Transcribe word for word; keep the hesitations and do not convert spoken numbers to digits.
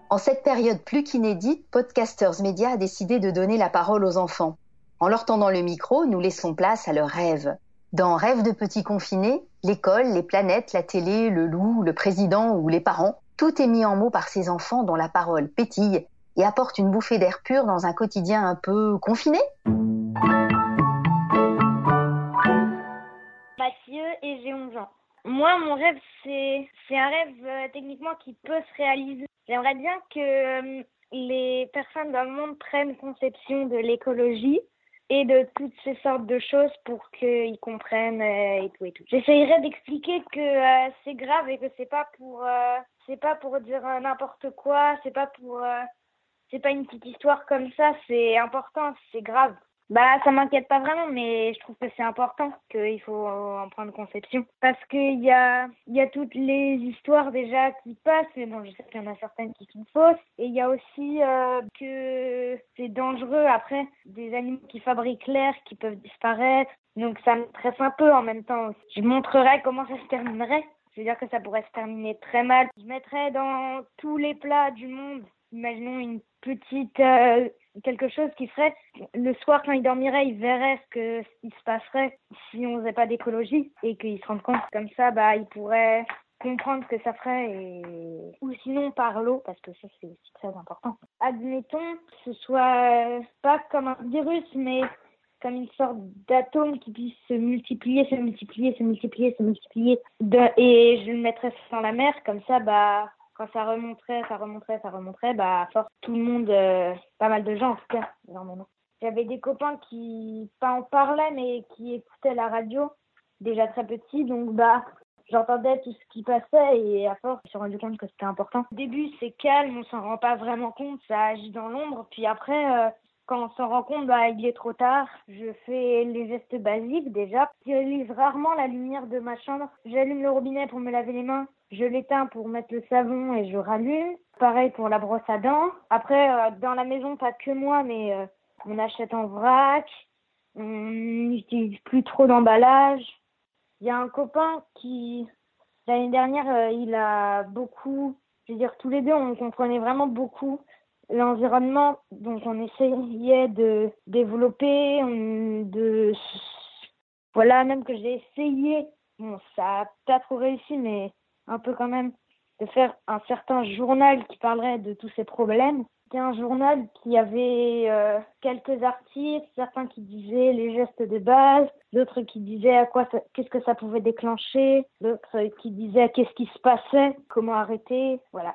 En cette période plus qu'inédite, Podcasters Media a décidé de donner la parole aux enfants. En leur tendant le micro, nous laissons place à leurs rêves. Dans Rêves de petits confinés, l'école, les planètes, la télé, le loup, le président ou les parents, tout est mis en mots par ces enfants dont la parole pétille et apporte une bouffée d'air pur dans un quotidien un peu confiné. Mathieu et j'ai onze ans. Moi, mon rêve, c'est, c'est un rêve euh, techniquement qui peut se réaliser. J'aimerais bien que euh, les personnes dans le monde prennent conception de l'écologie et de toutes ces sortes de choses pour qu'ils comprennent euh, et tout et tout. J'essayerai d'expliquer que euh, c'est grave et que c'est pas pour euh, c'est pas pour dire euh, n'importe quoi, c'est pas pour euh, c'est pas une petite histoire comme ça, c'est important, c'est grave. Bah, ça m'inquiète pas vraiment, mais je trouve que c'est important qu'il faut en prendre conception. Parce qu'il y a, il y a toutes les histoires déjà qui passent, mais bon, je sais qu'il y en a certaines qui sont fausses. Et il y a aussi euh, que c'est dangereux après, des animaux qui fabriquent l'air, qui peuvent disparaître. Donc ça me stresse un peu en même temps aussi. Je montrerai comment ça se terminerait. Je veux dire que ça pourrait se terminer très mal. Je mettrais dans tous les plats du monde, imaginons une petite... Euh, quelque chose qui ferait, le soir quand il dormirait, il verrait ce que ce qui se passerait si on faisait pas d'écologie et qu'il se rende compte. Comme ça, bah, il pourrait comprendre ce que ça ferait et... ou sinon par l'eau, parce que ça c'est aussi très important. Admettons que ce soit pas comme un virus, mais comme une sorte d'atome qui puisse se multiplier, se multiplier, se multiplier, se multiplier. De... Et je le mettrais dans la mer, comme ça, bah... quand ça remonterait, ça remonterait, ça remonterait, bah, à force, tout le monde, euh, pas mal de gens en tout cas, énormément. J'avais des copains qui, pas en parlaient, mais qui écoutaient la radio, déjà très petits, donc bah, j'entendais tout ce qui passait et à force, je me suis rendu compte que c'était important. Au début, c'est calme, on s'en rend pas vraiment compte, ça agit dans l'ombre, puis après, euh, quand on s'en rend compte, bah, il est trop tard. Je fais les gestes basiques déjà. J'utilise rarement la lumière de ma chambre. J'allume le robinet pour me laver les mains. Je l'éteins pour mettre le savon et je rallume. Pareil pour la brosse à dents. Après, euh, dans la maison, pas que moi, mais euh, on achète en vrac. On n'utilise plus trop d'emballage. Il y a un copain qui, l'année dernière, euh, il a beaucoup... Je veux dire, tous les deux, on comprenait vraiment beaucoup l'environnement, donc on essayait de développer, de voilà, même que j'ai essayé, bon ça a pas trop réussi, mais un peu quand même, de faire un certain journal qui parlerait de tous ces problèmes. C'était un journal qui avait euh, quelques articles, certains qui disaient les gestes de base, d'autres qui disaient à quoi ça, qu'est-ce que ça pouvait déclencher, d'autres qui disaient qu'est-ce qui se passait, comment arrêter, voilà.